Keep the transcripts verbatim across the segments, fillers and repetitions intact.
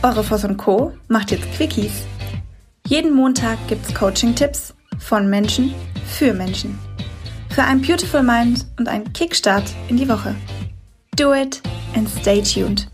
Eure Voss und Co. macht jetzt Quickies. Jeden Montag gibt's Coaching-Tipps von Menschen für Menschen. Für ein Beautiful Mind und einen Kickstart in die Woche. Do it and stay tuned.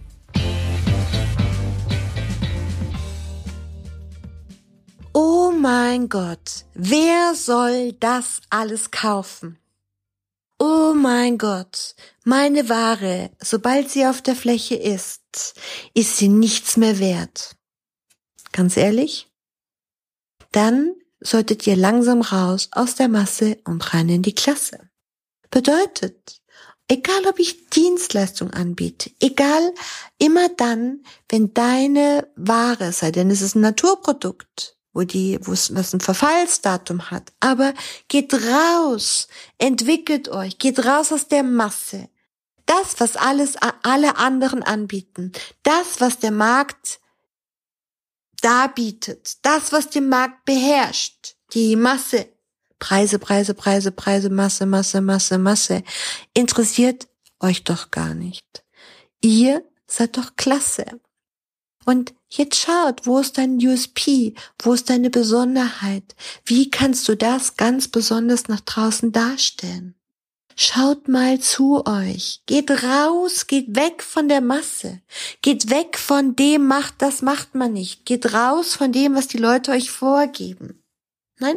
Oh mein Gott, wer soll das alles kaufen? Oh mein Gott, meine Ware, sobald sie auf der Fläche ist, ist sie nichts mehr wert. Ganz ehrlich? Dann solltet ihr langsam raus aus der Masse und rein in die Klasse. Bedeutet, egal ob ich Dienstleistung anbiete, egal, immer dann, wenn deine Ware, sei denn es ist ein Naturprodukt, wo die, wo es was ein Verfallsdatum hat, aber geht raus, entwickelt euch, geht raus aus der Masse. Das, was alles, alle anderen anbieten, das, was der Markt darbietet, das, was den Markt beherrscht, die Masse, Preise, Preise, Preise, Preise, Masse, Masse, Masse, Masse, interessiert euch doch gar nicht. Ihr seid doch klasse. Und jetzt schaut, wo ist dein U S P, wo ist deine Besonderheit, wie kannst du das ganz besonders nach draußen darstellen? Schaut mal zu euch, geht raus, geht weg von der Masse, geht weg von dem, macht das macht man nicht, geht raus von dem, was die Leute euch vorgeben. Nein?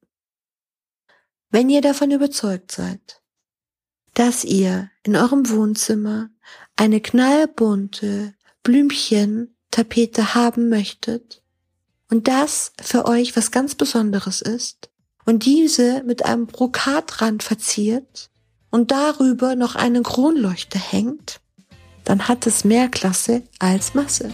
Wenn ihr davon überzeugt seid, dass ihr in eurem Wohnzimmer eine knallbunte Blümchentapete haben möchtet und das für euch was ganz Besonderes ist und diese mit einem Brokatrand verziert und darüber noch eine Kronleuchter hängt, dann hat es mehr Klasse als Masse.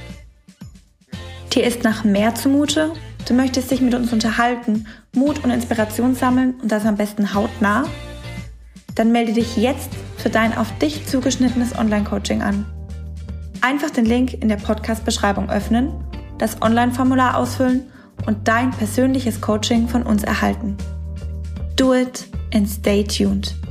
Dir ist nach mehr zumute? Du möchtest dich mit uns unterhalten, Mut und Inspiration sammeln und das am besten hautnah? Dann melde dich jetzt für dein auf dich zugeschnittenes Online-Coaching an. Einfach den Link in der Podcast-Beschreibung öffnen, das Online-Formular ausfüllen und dein persönliches Coaching von uns erhalten. Do it and stay tuned.